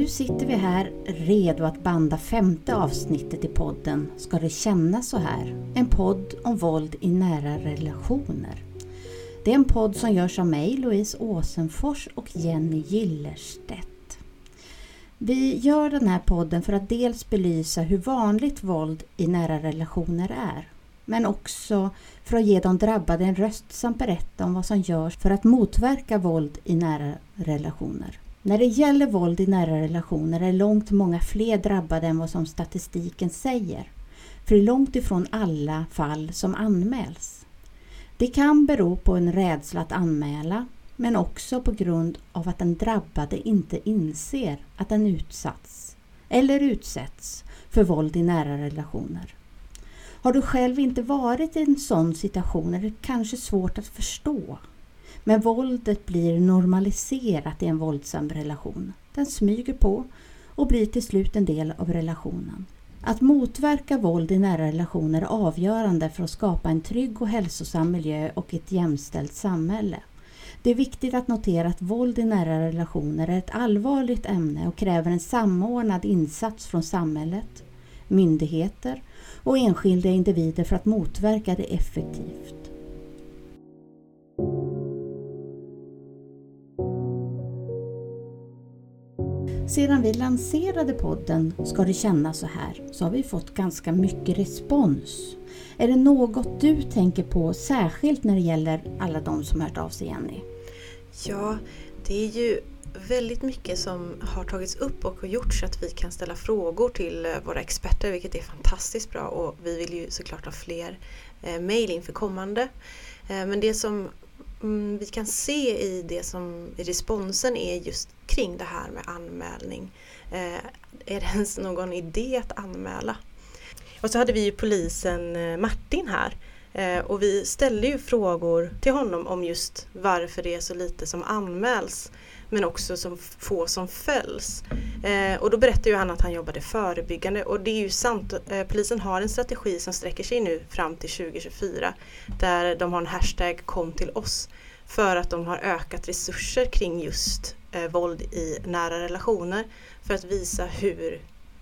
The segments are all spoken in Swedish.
Nu sitter vi här redo att banda 5:e avsnittet i podden Ska det kännas så här? En podd om våld i nära relationer. Det är en podd som görs av mig, Louise Åsenfors och Jenny Gillerstedt. Vi gör den här podden för att dels belysa hur vanligt våld i nära relationer är. Men också för att ge de drabbade en röst samt berätta om vad som görs för att motverka våld i nära relationer. När det gäller våld i nära relationer är långt många fler drabbade än vad som statistiken säger. För det är långt ifrån alla fall som anmäls. Det kan bero på en rädsla att anmäla, men också på grund av att den drabbade inte inser att den utsatts eller utsätts för våld i nära relationer. Har du själv inte varit i en sån situation är det kanske svårt att förstå. Men våldet blir normaliserat i en våldsam relation. Den smyger på och blir till slut en del av relationen. Att motverka våld i nära relationer är avgörande för att skapa en trygg och hälsosam miljö och ett jämställt samhälle. Det är viktigt att notera att våld i nära relationer är ett allvarligt ämne och kräver en samordnad insats från samhället, myndigheter och enskilda individer för att motverka det effektivt. Sedan vi lanserade podden Ska det kännas så här så har vi fått ganska mycket respons. Är det något du tänker på särskilt när det gäller alla de som hört av sig, Jenny? Ja, det är ju väldigt mycket som har tagits upp och gjort så att vi kan ställa frågor till våra experter, vilket är fantastiskt bra, och vi vill ju såklart ha fler mejl inför kommande. Men det som vi kan se i det som i responsen är just kring det här med anmälning. Är det ens någon idé att anmäla? Och så hade vi ju polisen Martin här. Och vi ställde ju frågor till honom om just varför det är så lite som anmäls, men också så få som fälls. Och då berättade ju han att han jobbade förebyggande, och det är ju sant. Polisen har en strategi som sträcker sig nu fram till 2024 där de har en hashtag kom till oss, för att de har ökat resurser kring just våld i nära relationer för att visa hur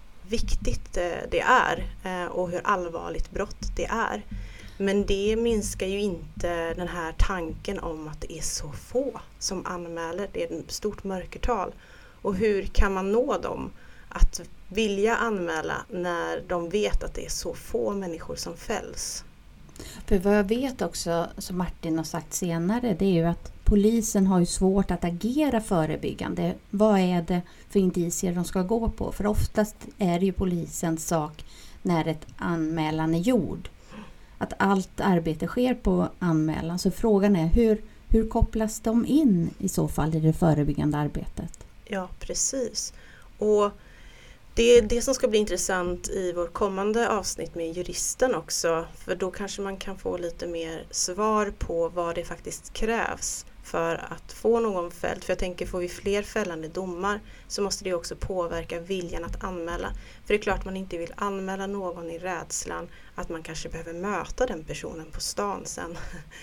viktigt det är och hur allvarligt brott det är. Men det minskar ju inte den här tanken om att det är så få som anmäler. Det är ett stort mörkertal. Och hur kan man nå dem att vilja anmäla när de vet att det är så få människor som fälls? För vad jag vet också, som Martin har sagt senare, det är ju att polisen har ju svårt att agera förebyggande. Vad är det för indicier de ska gå på? För oftast är det ju polisens sak när ett anmälan är gjord. Att allt arbete sker på anmälan. Så frågan är hur kopplas de in i så fall i det förebyggande arbetet? Ja, precis. Och det är det som ska bli intressant i vår kommande avsnitt med juristen också. För då kanske man kan få lite mer svar på vad det faktiskt krävs för att få någon fälld. För jag tänker, får vi fler fällande domar så måste det också påverka viljan att anmäla. För det är klart man inte vill anmäla någon i rädslan att man kanske behöver möta den personen på stan sen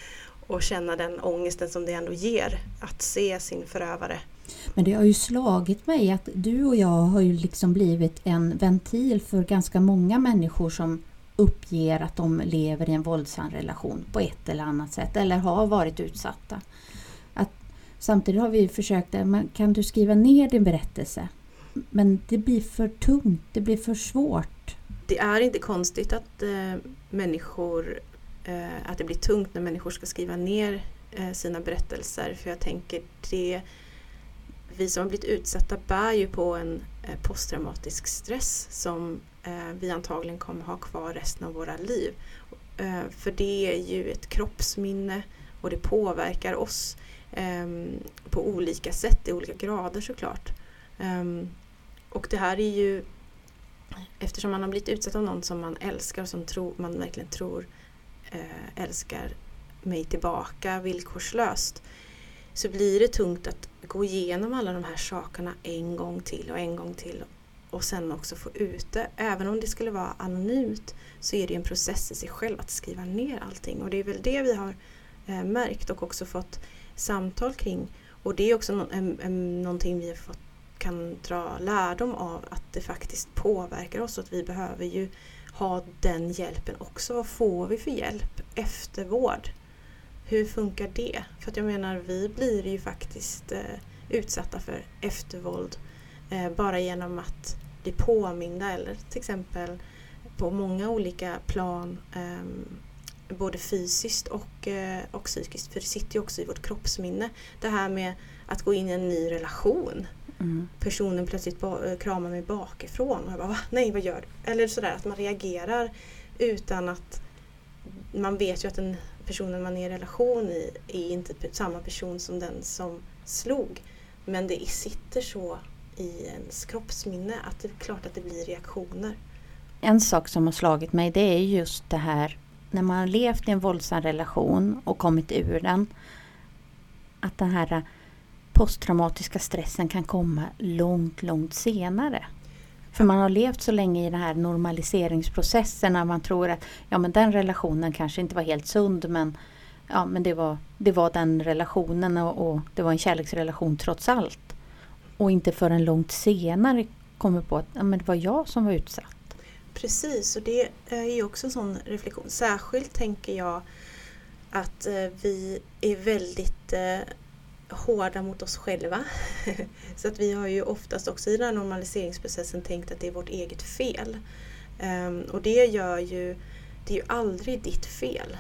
och känna den ångesten som det ändå ger att se sin förövare. Men det har ju slagit mig att du och jag har ju liksom blivit en ventil för ganska många människor som uppger att de lever i en våldsam relation på ett eller annat sätt eller har varit utsatta. Samtidigt har vi försökt, kan du skriva ner din berättelse? Men det blir för tungt, det blir för svårt. Det är inte konstigt att att det blir tungt när människor ska skriva ner sina berättelser. För jag tänker, vi som har blivit utsatta bär ju på en posttraumatisk stress som vi antagligen kommer ha kvar resten av våra liv. För det är ju ett kroppsminne och det påverkar oss på olika sätt, i olika grader såklart. Och det här är ju, eftersom man har blivit utsatt av någon som man älskar och som man verkligen tror älskar mig tillbaka villkorslöst, så blir det tungt att gå igenom alla de här sakerna en gång till och sen också få ut det. Även om det skulle vara anonymt så är det en process i sig själv att skriva ner allting, och det är väl det vi har märkt och också fått samtal kring, och det är också någonting vi har fått kan dra lärdom av att det faktiskt påverkar oss och att vi behöver ju ha den hjälpen också. Vad får vi för hjälp? Eftervård. Hur funkar det? För att jag menar, vi blir ju faktiskt utsatta för eftervåld bara genom att bli påminda eller till exempel på många olika plan, både fysiskt och psykiskt, för det sitter ju också i vårt kroppsminne. Det här med att gå in i en ny relation. Personen plötsligt kramar mig bakifrån och jag bara, va? Nej, vad gör du? Eller sådär att man reagerar utan att man vet ju att den personen man är i relation i är inte samma person som den som slog. Men det sitter så i ens kroppsminne att det är klart att det blir reaktioner. En sak som har slagit mig, det är just det här när man har levt i en våldsam relation och kommit ur den, att den här posttraumatiska stressen kan komma långt senare. För man har levt så länge i den här normaliseringsprocessen när man tror att men den relationen kanske inte var helt sund, men det var den relationen och det var en kärleksrelation trots allt. Och inte förrän långt senare kommer på att det var jag som var utsatt. Precis, och det är ju också en sån reflektion. Särskilt tänker jag att vi är väldigt hårda mot oss själva. Så att vi har ju oftast också i den här normaliseringsprocessen tänkt att det är vårt eget fel. Och det är ju aldrig ditt fel.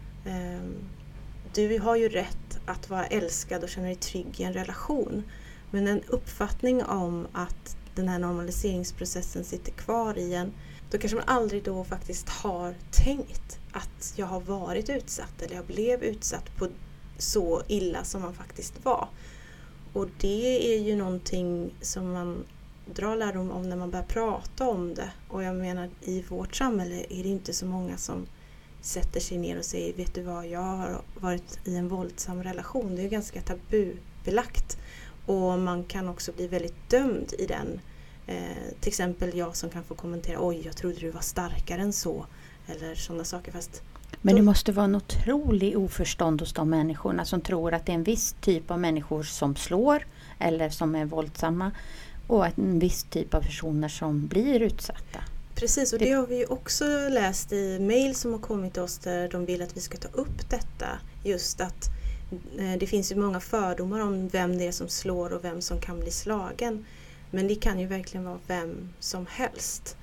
Du har ju rätt att vara älskad och känna dig trygg i en relation. Men en uppfattning om att den här normaliseringsprocessen sitter kvar i en, då kanske man aldrig då faktiskt har tänkt att jag har varit utsatt eller jag blev utsatt på så illa som man faktiskt var. Och det är ju någonting som man drar lärdom om när man börjar prata om det. Och jag menar, i vårt samhälle är det inte så många som sätter sig ner och säger, vet du vad, jag har varit i en våldsam relation. Det är ganska tabubelagt. Och man kan också bli väldigt dömd i den. Till exempel jag som kan få kommentera, oj, jag trodde du var starkare än så. Eller sådana saker. Men det måste vara en otrolig oförstånd hos de människorna som tror att det är en viss typ av människor som slår eller som är våldsamma och en viss typ av personer som blir utsatta. Precis, och det har vi ju också läst i mejl som har kommit till oss där de vill att vi ska ta upp detta. Just att det finns ju många fördomar om vem det är som slår och vem som kan bli slagen. Men det kan ju verkligen vara vem som helst.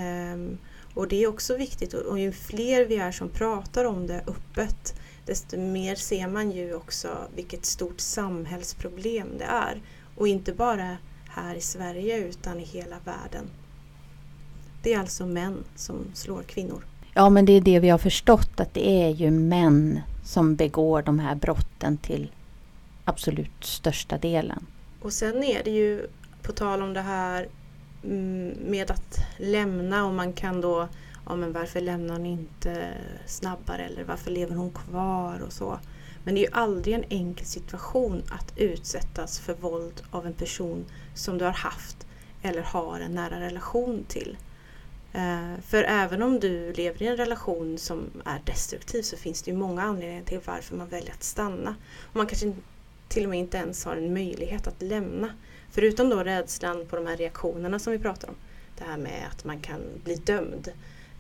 Och det är också viktigt, och ju fler vi är som pratar om det öppet, desto mer ser man ju också vilket stort samhällsproblem det är. Och inte bara här i Sverige utan i hela världen. Det är alltså män som slår kvinnor. Ja, men det är det vi har förstått, att det är ju män som begår de här brotten till absolut största delen. Och sen är det ju, på tal om det här med att lämna, och man kan då, men varför lämnar hon inte snabbare eller varför lever hon kvar och så. Men det är ju aldrig en enkel situation att utsättas för våld av en person som du har haft eller har en nära relation till. För även om du lever i en relation som är destruktiv så finns det ju många anledningar till varför man väljer att stanna. Och man kanske till och med inte ens har en möjlighet att lämna. Förutom då rädslan på de här reaktionerna som vi pratar om. Det här med att man kan bli dömd.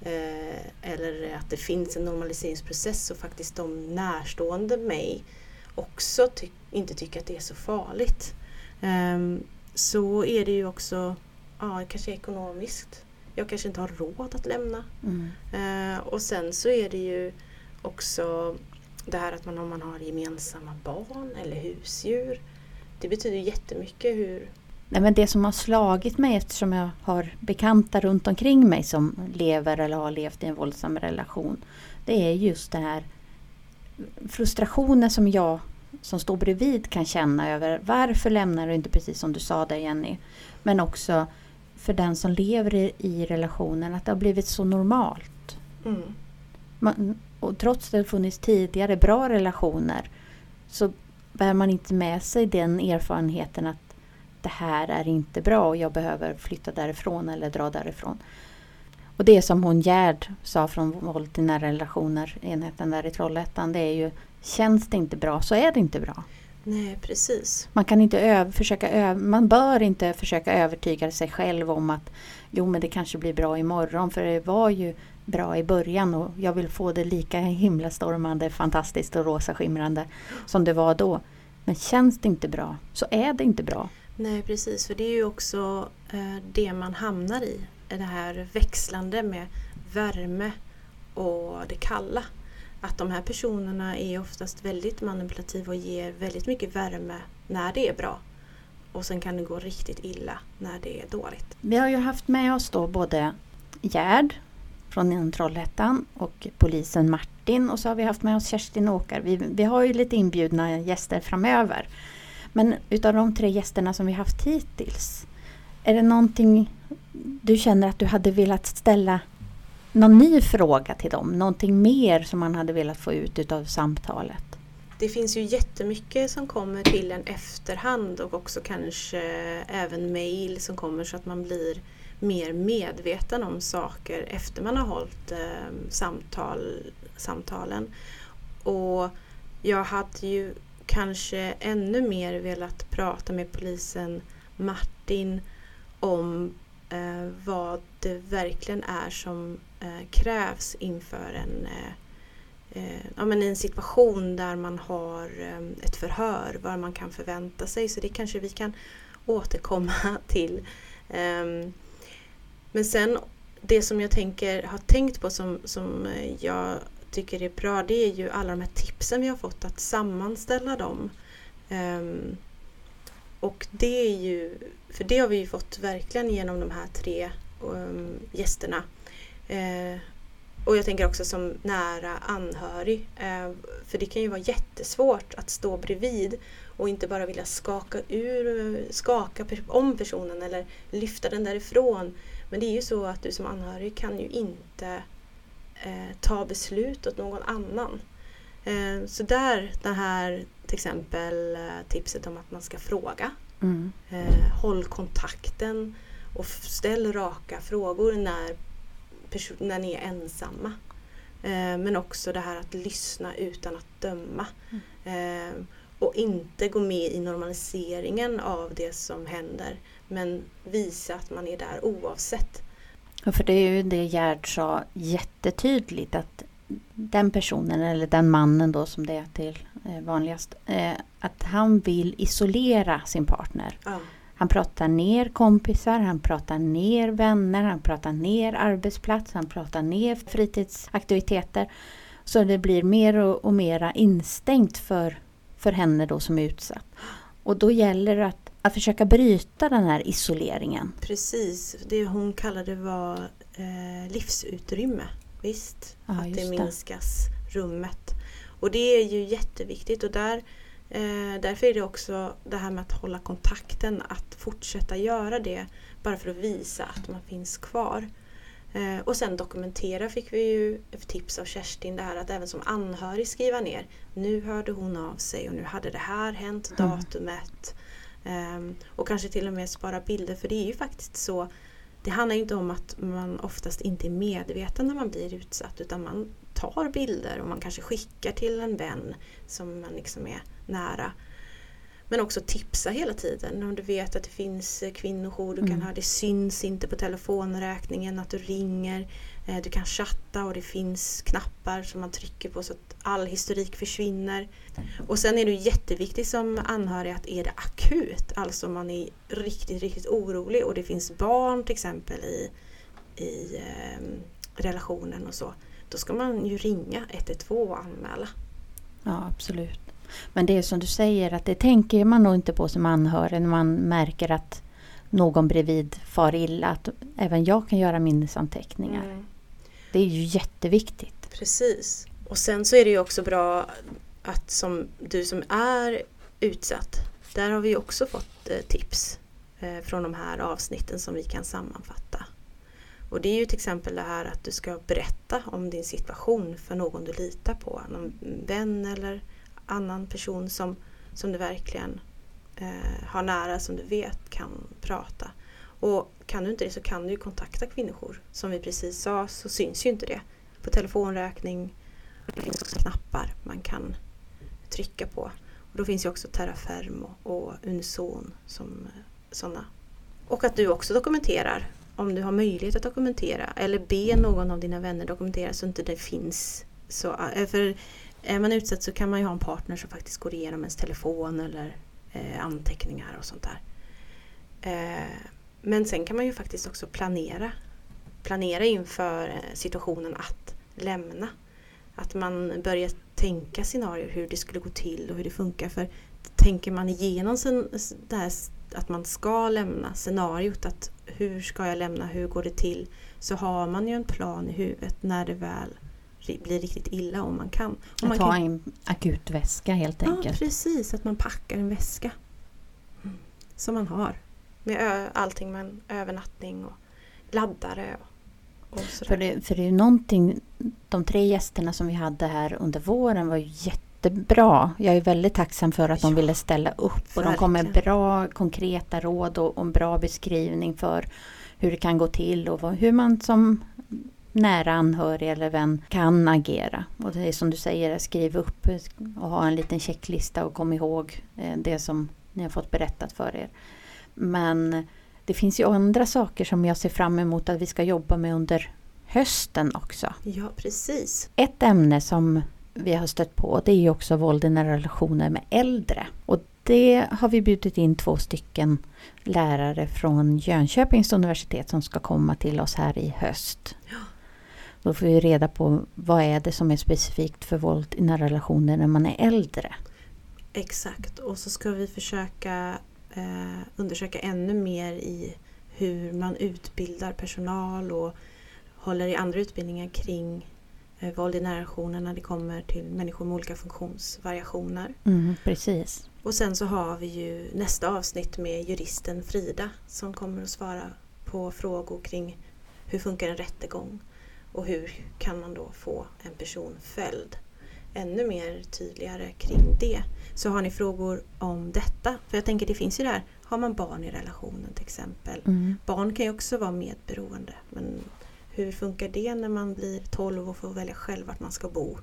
Eller att det finns en normaliseringsprocess och faktiskt de närstående mig också inte tycker att det är så farligt. Så är det ju också kanske ekonomiskt. Jag kanske inte har råd att lämna. Och sen så är det ju också det här att om man har gemensamma barn eller husdjur. Det betyder jättemycket hur... Nej, men det som har slagit mig, eftersom jag har bekanta runt omkring mig som lever eller har levt i en våldsam relation, det är just det här frustrationen som jag som står bredvid kan känna över varför lämnar du inte, precis som du sa där, Jenny. Men också för den som lever i relationen, att det har blivit så normalt. Och trots att det har funnits tidigare bra relationer så bär man inte med sig den erfarenheten att det här är inte bra och jag behöver flytta därifrån eller dra därifrån. Och det som hon Gerd sa från våld i nära relationer, enheten där i Trollhättan, det är ju, känns det inte bra så är det inte bra. Nej, precis. Man kan inte man bör inte försöka övertyga sig själv om att men det kanske blir bra imorgon, för det var ju bra i början och jag vill få det lika himlastormande, fantastiskt och rosa skimrande som det var då. Men känns det inte bra så är det inte bra. Nej, precis. För det är ju också det man hamnar i. Det här växlande med värme och det kalla. Att de här personerna är oftast väldigt manipulativa och ger väldigt mycket värme när det är bra. Och sen kan det gå riktigt illa när det är dåligt. Vi har ju haft med oss då både Gerd från Trollhättan och polisen Martin, och så har vi haft med oss Kerstin Åkar. Vi har ju lite inbjudna gäster framöver. Men utav de 3 gästerna som vi haft hittills, är det någonting du känner att du hade velat ställa någon ny fråga till dem? Någonting mer som man hade velat få ut utav samtalet? Det finns ju jättemycket som kommer till en efterhand och också kanske även mejl som kommer så att man blir mer medveten om saker efter man har hållit samtalen. Och jag hade ju kanske ännu mer velat prata med polisen Martin om vad det verkligen är som krävs inför en situation där man har ett förhör, vad man kan förvänta sig. Så det kanske vi kan återkomma till. Men sen det som jag har tänkt på som jag tycker är bra, det är ju alla de här tipsen vi har fått, att sammanställa dem. Och det är ju, för det har vi ju fått verkligen genom de här 3 gästerna. Och jag tänker också som nära anhörig. För det kan ju vara jättesvårt att stå bredvid och inte bara vilja skaka om personen eller lyfta den därifrån. Men det är ju så att du som anhörig kan ju inte ta beslut åt någon annan. Så där, det här till exempel tipset om att man ska fråga. Håll kontakten och ställ raka frågor när ni är ensamma. Men också det här att lyssna utan att döma. Och inte gå med i normaliseringen av det som händer. Men visa att man är där oavsett. Ja, för det är ju det Gerd sa jättetydligt, att den personen eller den mannen då som det är till vanligast, att han vill isolera sin partner. Ja. Han pratar ner kompisar, han pratar ner vänner, han pratar ner arbetsplats, han pratar ner fritidsaktiviteter. Så det blir mer och mera instängt för henne då som är utsatt. Och då gäller det att försöka bryta den här isoleringen. Precis, det hon kallade var livsutrymme. Visst, ja, att det minskas rummet. Och det är ju jätteviktigt, och därför är det också det här med att hålla kontakten, att fortsätta göra det bara för att visa att man finns kvar. Och sen dokumentera fick vi ju ett tips av Kerstin, det här att även som anhörig skriva ner. Nu hörde hon av sig och nu hade det här hänt, datumet. Och kanske till och med spara bilder, för det är ju faktiskt så. Det handlar ju inte om att man oftast inte är medveten när man blir utsatt, utan man tar bilder och man kanske skickar till en vän som man liksom är nära. Men också tipsa hela tiden. Om du vet att det finns kvinnojour, du kan höra, det syns inte på telefonräkningen att du ringer. Du kan chatta och det finns knappar som man trycker på så att all historik försvinner. Och sen är det jätteviktigt som anhörig att är det akut, alltså man är riktigt, riktigt orolig och det finns barn till exempel i relationen och så. Då ska man ju ringa 112 och anmäla. Ja, absolut. Men det är som du säger, att det tänker man nog inte på som anhörig när man märker att någon bredvid far illa. Att även jag kan göra minnesanteckningar. Det är ju jätteviktigt. Precis. Och sen så är det ju också bra att som du som är utsatt, där har vi också fått tips från de här avsnitten som vi kan sammanfatta. Och det är ju till exempel det här att du ska berätta om din situation för någon du litar på. Någon vän eller annan person som du verkligen har nära, som du vet kan prata. Och kan du inte det så kan du ju kontakta kvinnojour. Som vi precis sa så syns ju inte det på telefonräkning. Det finns också knappar man kan trycka på. Då finns ju också Terraferm och Unison som sådana. Och att du också dokumenterar om du har möjlighet att dokumentera. Eller be någon av dina vänner dokumentera så inte det finns. För är man utsatt så kan man ju ha en partner som faktiskt går igenom ens telefon eller anteckningar och sånt där. Men sen kan man ju faktiskt också planera inför situationen att lämna. Att man börjar tänka scenarier hur det skulle gå till och hur det funkar. För tänker man igenom det här, att man ska lämna scenariot, att hur ska jag lämna, hur går det till, så har man ju en plan i huvudet när det väl blir riktigt illa om man kan. Om att ta en akutväska helt enkelt. Ja, precis. Att man packar en väska som man har. Med allting, med övernattning och laddare och sådär. För det är ju någonting, de 3 gästerna som vi hade här under våren var ju jättebra. Jag är väldigt tacksam för att de ville ställa upp. Och de kom med bra konkreta råd och en bra beskrivning för hur det kan gå till och hur man som nära anhörig eller vän kan agera. Och det är som du säger, skriv upp och ha en liten checklista och kom ihåg det som ni har fått berättat för er. Men det finns ju andra saker som jag ser fram emot att vi ska jobba med under hösten också. Ja, precis. Ett ämne som vi har stött på, det är ju också våld i nära relationer med äldre. Och det har vi bjudit in 2 stycken lärare från Jönköpings universitet som ska komma till oss här i höst. Ja. Då får vi reda på vad är det som är specifikt för våld i nära relationer när man är äldre. Exakt, och så ska vi försöka undersöka ännu mer i hur man utbildar personal och håller i andra utbildningar kring våld i nära relationer när det kommer till människor med olika funktionsvariationer. Precis. Och sen så har vi ju nästa avsnitt med juristen Frida som kommer att svara på frågor kring hur funkar en rättegång och hur kan man då få en person fälld. Ännu mer tydligare kring det. Så har ni frågor om detta. För jag tänker det finns ju där. Har man barn i relationen till exempel. Barn kan ju också vara medberoende. Men hur funkar det när man blir 12 och får välja själv vart man ska bo?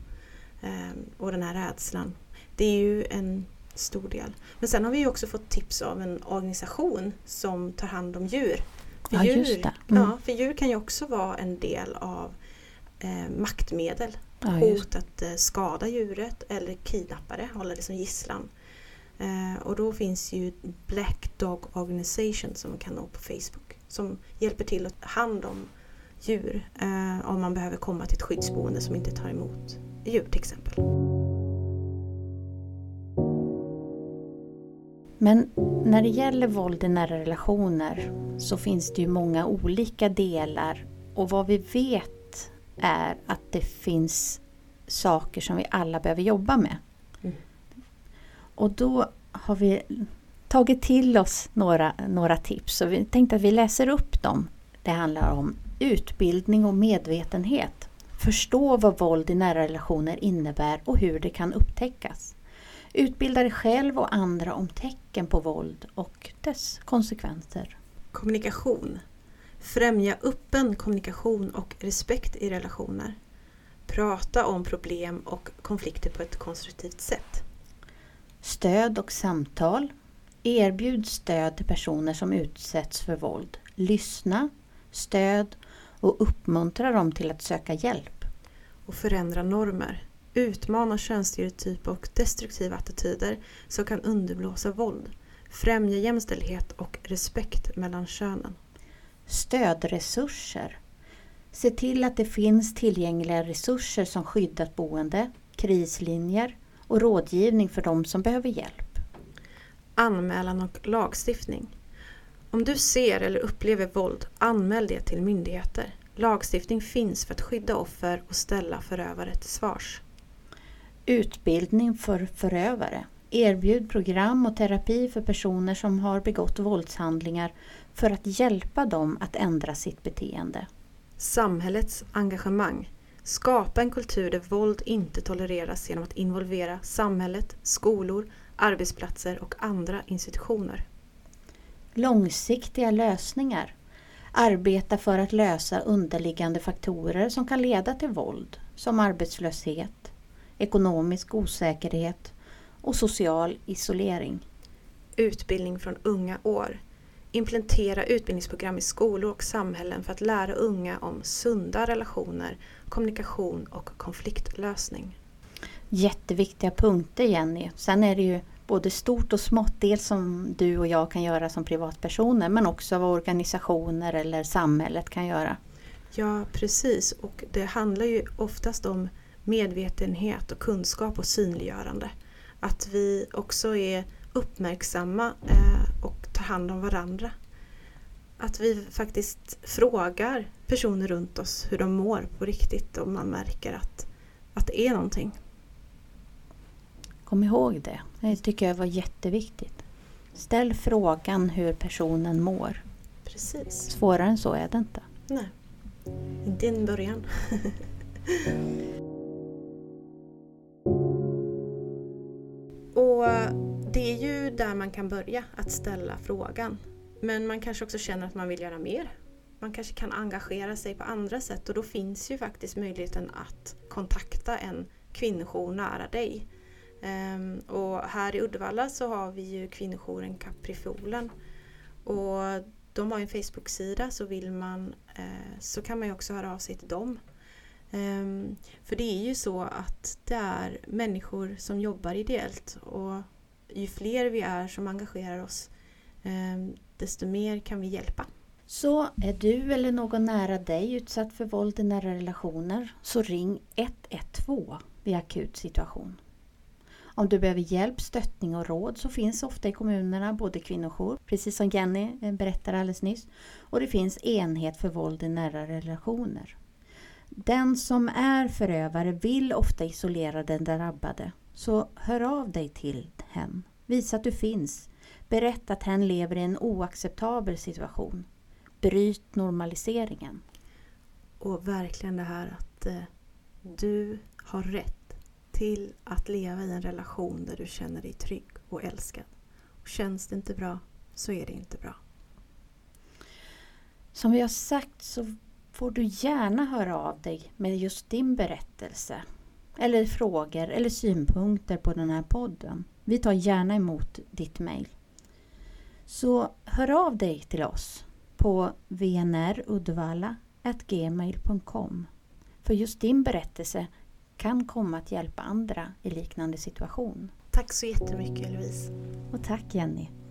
Och den här rädslan. Det är ju en stor del. Men sen har vi ju också fått tips av en organisation som tar hand om djur. För just det. För djur kan ju också vara en del av maktmedel. Ja, hot att skada djuret eller kidnappa det, hålla det som gisslan. Och då finns ju Black Dog Organization som man kan nå på Facebook som hjälper till att ta hand om djur om man behöver komma till ett skyddsboende som inte tar emot djur till exempel. Men när det gäller våld i nära relationer så finns det ju många olika delar och vad vi vet är att det finns saker som vi alla behöver jobba med. Och då har vi tagit till oss några tips och vi tänkte att vi läser upp dem. Det handlar om utbildning och medvetenhet. Förstå vad våld i nära relationer innebär och hur det kan upptäckas. Utbilda dig själv och andra om tecken på våld och dess konsekvenser. Kommunikation. Främja öppen kommunikation och respekt i relationer. Prata om problem och konflikter på ett konstruktivt sätt. Stöd och samtal. Erbjud stöd till personer som utsätts för våld. Lyssna, stöd och uppmuntra dem till att söka hjälp. Och förändra normer. Utmana könsstereotyper och destruktiva attityder som kan underblåsa våld. Främja jämställdhet och respekt mellan könen. Stödresurser. Se till att det finns tillgängliga resurser som skyddat boende, krislinjer och rådgivning för de som behöver hjälp. Anmälan och lagstiftning. Om du ser eller upplever våld, anmäl det till myndigheter. Lagstiftning finns för att skydda offer och ställa förövare till svars. Utbildning för förövare. Erbjud program och terapi för personer som har begått våldshandlingar för att hjälpa dem att ändra sitt beteende. Samhällets engagemang. Skapa en kultur där våld inte tolereras genom att involvera samhället, skolor, arbetsplatser och andra institutioner. Långsiktiga lösningar. Arbeta för att lösa underliggande faktorer som kan leda till våld, som arbetslöshet, ekonomisk osäkerhet och social isolering. Utbildning från unga år. Implementera utbildningsprogram i skolor och samhällen för att lära unga om sunda relationer, kommunikation och konfliktlösning. Jätteviktiga punkter, Jenny. Sen är det ju både stort och smått, dels som du och jag kan göra som privatpersoner, men också vad organisationer eller samhället kan göra. Ja, precis. Och det handlar ju oftast om medvetenhet och kunskap och synliggörande. Att vi också är uppmärksamma och tar hand om varandra. Att vi faktiskt frågar personer runt oss hur de mår på riktigt om man märker att det är någonting. Kom ihåg det. Det tycker jag var jätteviktigt. Ställ frågan hur personen mår. Precis. Svårare än så är det inte. Nej, inte i början. Och det är ju där man kan börja att ställa frågan. Men man kanske också känner att man vill göra mer. Man kanske kan engagera sig på andra sätt och då finns ju faktiskt möjligheten att kontakta en kvinnojour nära dig. Och här i Uddevalla så har vi ju kvinnojouren Kaprifiolen. Och de har en Facebook-sida, så vill man så kan man ju också höra av sig till dem. För det är ju så att det är människor som jobbar ideellt och ju fler vi är som engagerar oss desto mer kan vi hjälpa. Så är du eller någon nära dig utsatt för våld i nära relationer, så ring 112 vid akut situation. Om du behöver hjälp, stöttning och råd så finns ofta i kommunerna både kvinnojour, precis som Jenny berättade alldeles nyss, och det finns enhet för våld i nära relationer. Den som är förövare vill ofta isolera den drabbade, så hör av dig till hen. Visa att du finns. Berätta att hen lever i en oacceptabel situation. Bryt normaliseringen. Och verkligen det här att du har rätt till att leva i en relation där du känner dig trygg och älskad. Och känns det inte bra så är det inte bra. Som vi har sagt så får du gärna höra av dig med just din berättelse. Eller frågor eller synpunkter på den här podden. Vi tar gärna emot ditt mejl. Så hör av dig till oss på vnruddevalla@gmail.com. För just din berättelse kan komma att hjälpa andra i liknande situation. Tack så jättemycket, Louise. Och tack, Jenny.